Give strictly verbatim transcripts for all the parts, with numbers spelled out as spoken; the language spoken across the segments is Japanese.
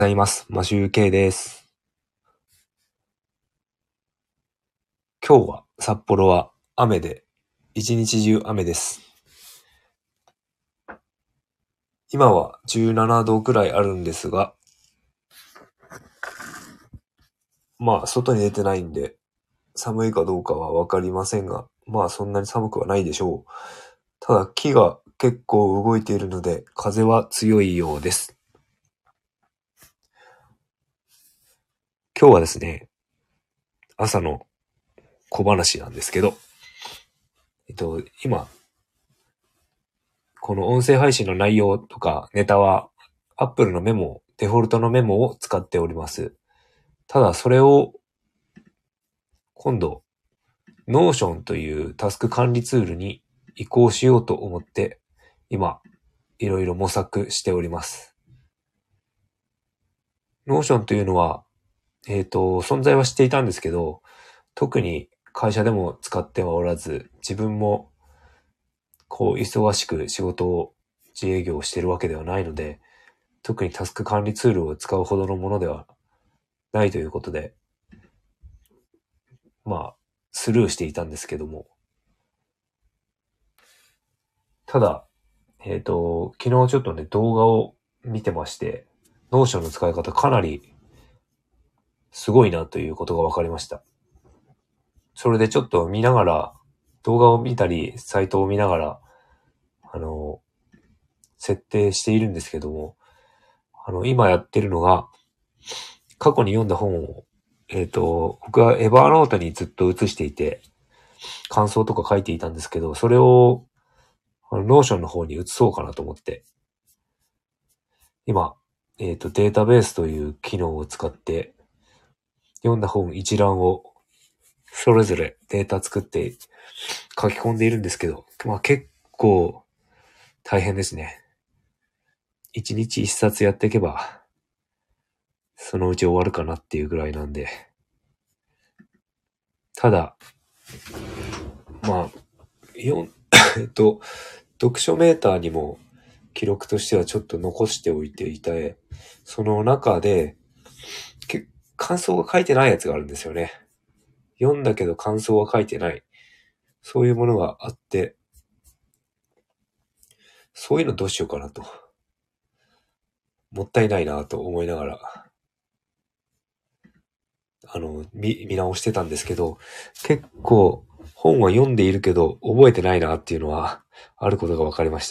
ございます。マシューケイです。今日は札幌は雨で、一日中雨です。今はじゅうななどくらいあるんですが、まあ外に出てないんで、寒いかどうかはわかりませんが、まあそんなに寒くはないでしょう。ただ木が結構動いているので、風は強いようです。今日はですね、朝の小話なんですけど、えっと、今、この音声配信の内容とかネタは Apple のメモ、デフォルトのメモを使っております。ただそれを今度 Notion というタスク管理ツールに移行しようと思って今いろいろ模索しております。Notion というのは、えっと、存在は知っていたんですけど、特に会社でも使ってはおらず、自分もこう忙しく仕事を自営業をしているわけではないので、特にタスク管理ツールを使うほどのものではないということで、まあ、スルーしていたんですけども。ただ、えっと、昨日ちょっとね、動画を見てまして、ノーションの使い方かなりすごいなということが分かりました。それでちょっと見ながら、動画を見たり、サイトを見ながら、あの、設定しているんですけども、あの、今やってるのが、過去に読んだ本を、えっと、僕はエヴァーノートにずっと写していて、感想とか書いていたんですけど、それを、あの、ノーションの方に移そうかなと思って、今、えっと、データベースという機能を使って、読んだ本一覧を、それぞれデータ作って書き込んでいるんですけど、まあ結構大変ですね。一日一冊やっていけば、そのうち終わるかなっていうぐらいなんで。ただ、まあ、よん、えっと、読書メーターにも記録としてはちょっと残しておいていて、その中で、け感想が書いてないやつがあるんですよね。読んだけど感想は書いてない。そういうものがあって、そういうのどうしようかなと。もったいないなと思いながら、あの、見、見直してたんですけど、結構本は読んでいるけど覚えてないなっていうのはあることが分かりました。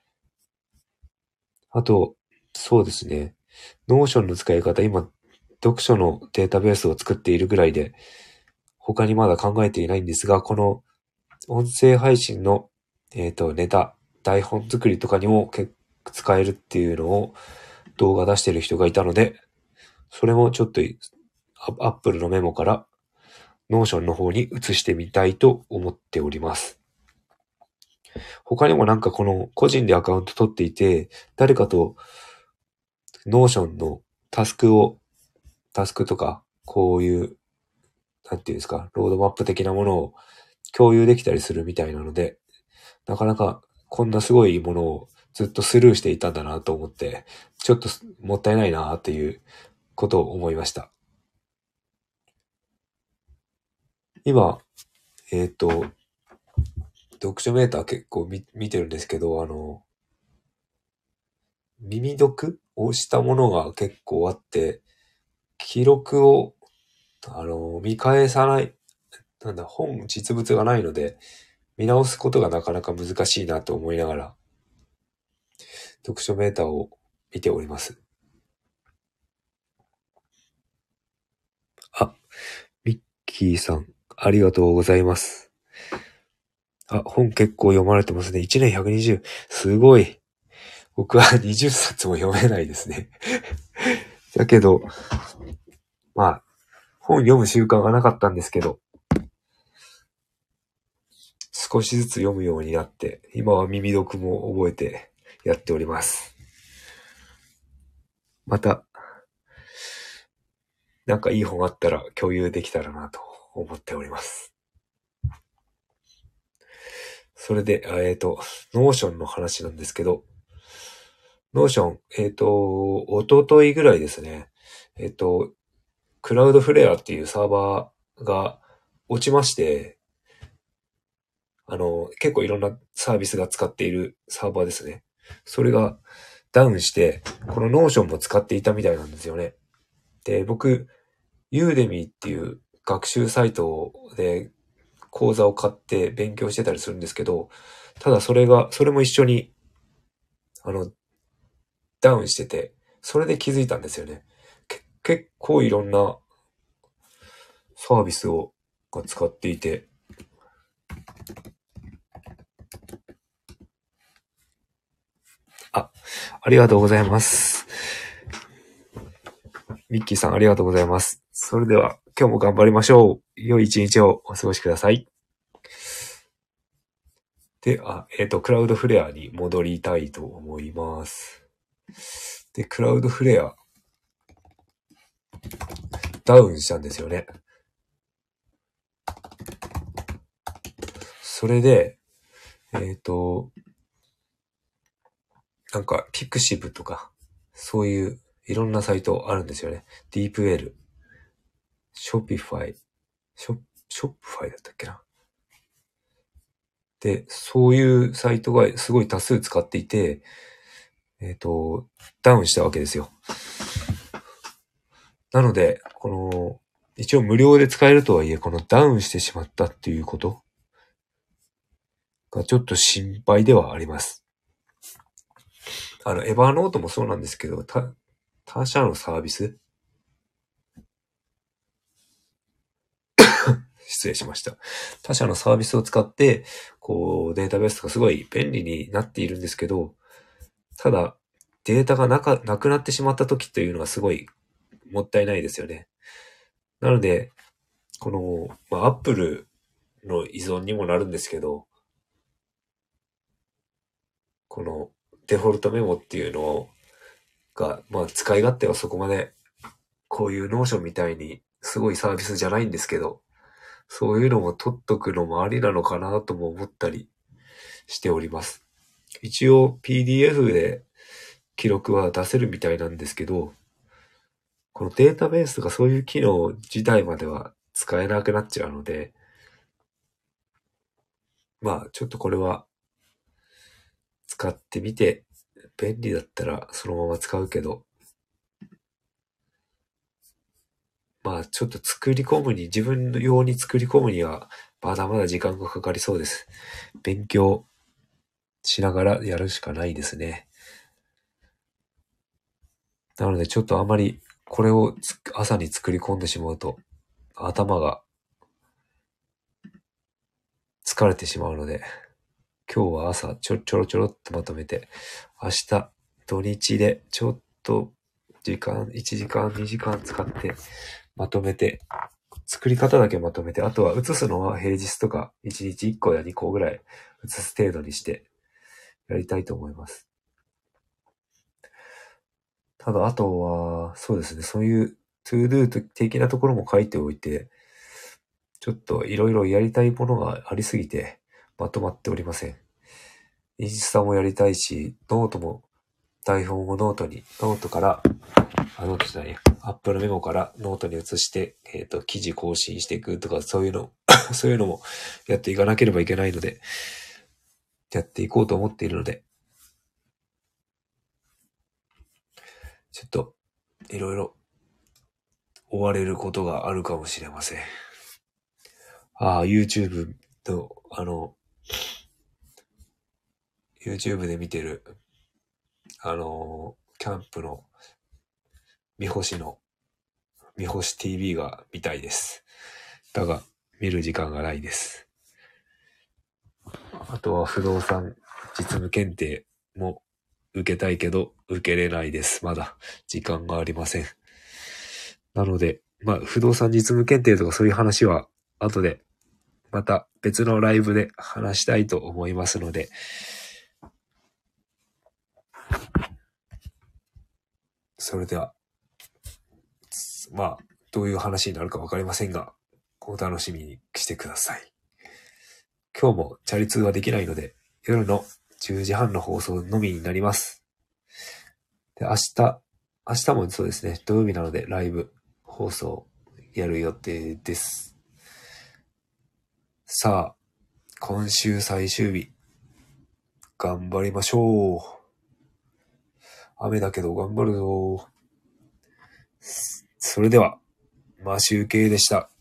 あと、そうですね。ノーションの使い方、今、読書のデータベースを作っているぐらいで、他にまだ考えていないんですが、この音声配信の、えっと、ネタ、台本作りとかにも結構使えるっていうのを動画出してる人がいたので、それもちょっとアップルのメモからノーションの方に移してみたいと思っております。他にもなんかこの個人でアカウント取っていて、誰かとノーションのタスクを、タスクとか、こういう、なんていうんですか、ロードマップ的なものを共有できたりするみたいなので、なかなかこんなすごいものをずっとスルーしていたんだなと思って、ちょっともったいないなっていうことを思いました。今、えっと、読書メーター結構見見てるんですけど、あの、耳読をしたものが結構あって、記録を、あの、見返さない、なんだ、本、実物がないので、見直すことがなかなか難しいなと思いながら、読書メーターを見ております。あ、ミッキーさん、ありがとうございます。あ、本結構読まれてますね。いちねんひゃくにじゅう。すごい。僕はにじゅっさつも読めないですね。だけど、まあ、本読む習慣がなかったんですけど、少しずつ読むようになって、今は耳読も覚えてやっております。また、なんかいい本あったら共有できたらなと思っております。それで、えっと、ノーションの話なんですけど、 ノーション、えっと、おとといぐらいですね。えっと、クラウドフレアっていうサーバーが落ちまして、あの、結構いろんなサービスが使っているサーバーですね。それがダウンして、このノーションも使っていたみたいなんですよね。で、僕、ユーデミーっていう学習サイトで講座を買って勉強してたりするんですけど、ただそれが、それも一緒に、あの、ダウンしてて、それで気づいたんですよね。け結構いろんなサービスをが使っていて、あ、ありがとうございます。ミッキーさんありがとうございます。それでは今日も頑張りましょう。良い一日をお過ごしください。で、あ、えっと、クラウドフレアに戻りたいと思います。で、クラウドフレア、ダウンしたんですよね。それで、えっと、なんか、ピクシブとか、そういういろんなサイトあるんですよね。ディープエル、ショピファイ、ショ、ショップファイだったっけな。で、そういうサイトがすごい多数使っていて、えっと、ダウンしたわけですよ。なので、この、一応無料で使えるとはいえ、このダウンしてしまったっていうことがちょっと心配ではあります。あの、エヴァーノートもそうなんですけど、他、他社のサービス失礼しました。他社のサービスを使って、こう、データベースがすごい便利になっているんですけど、ただ、データがなか、なくなってしまった時というのがすごいもったいないですよね。なので、この、まあ、Apple の依存にもなるんですけど、このデフォルトメモっていうのが、まあ、使い勝手はそこまで、こういうノーションみたいにすごいサービスじゃないんですけど、そういうのも取っとくのもありなのかなとも思ったりしております。一応 ピーディーエフ で記録は出せるみたいなんですけど、このデータベースとかそういう機能自体までは使えなくなっちゃうので、まあちょっとこれは使ってみて便利だったらそのまま使うけど、まあちょっと作り込むに、自分の用に作り込むにはまだまだ時間がかかりそうです。勉強しながらやるしかないですね。なのでちょっとあまりこれを朝に作り込んでしまうと頭が疲れてしまうので、今日は朝ちょちょろちょろっとまとめて、明日土日でちょっと時間、いちじかん、にじかん使ってまとめて、作り方だけまとめて、あとは写すのは平日とかいちにちいっこやにこぐらい写す程度にしてやりたいと思います。ただ、あとは、そうですね、そういうトゥードゥ的なところも書いておいて、ちょっといろいろやりたいものがありすぎてまとまっておりません。インスタもやりたいし、ノートも、台本をノートに、ノートから、あ、ノートじゃないや、アップルメモからノートに移して、えっと、記事更新していくとか、そういうの、そういうのもやっていかなければいけないので、やっていこうと思っているので、ちょっと、いろいろ追われることがあるかもしれません。ああ、YouTube と、あの、YouTube で見てる、あの、キャンプの、三星の、三星 ティーブイ が見たいです。だが、見る時間がないです。あとは不動産実務検定も受けたいけど、受けれないです。まだ時間がありません。なので、まあ、不動産実務検定とかそういう話は、後で、また別のライブで話したいと思いますので、それでは、まあ、どういう話になるかわかりませんが、お楽しみにしてください。今日もチャリ通はできないので、夜のじゅうじはんの放送のみになります。 で、明日、明日もそうですね、土曜日なのでライブ放送やる予定です。さあ、今週最終日、頑張りましょう。雨だけど頑張るぞ。それでは、マシュウケイでした。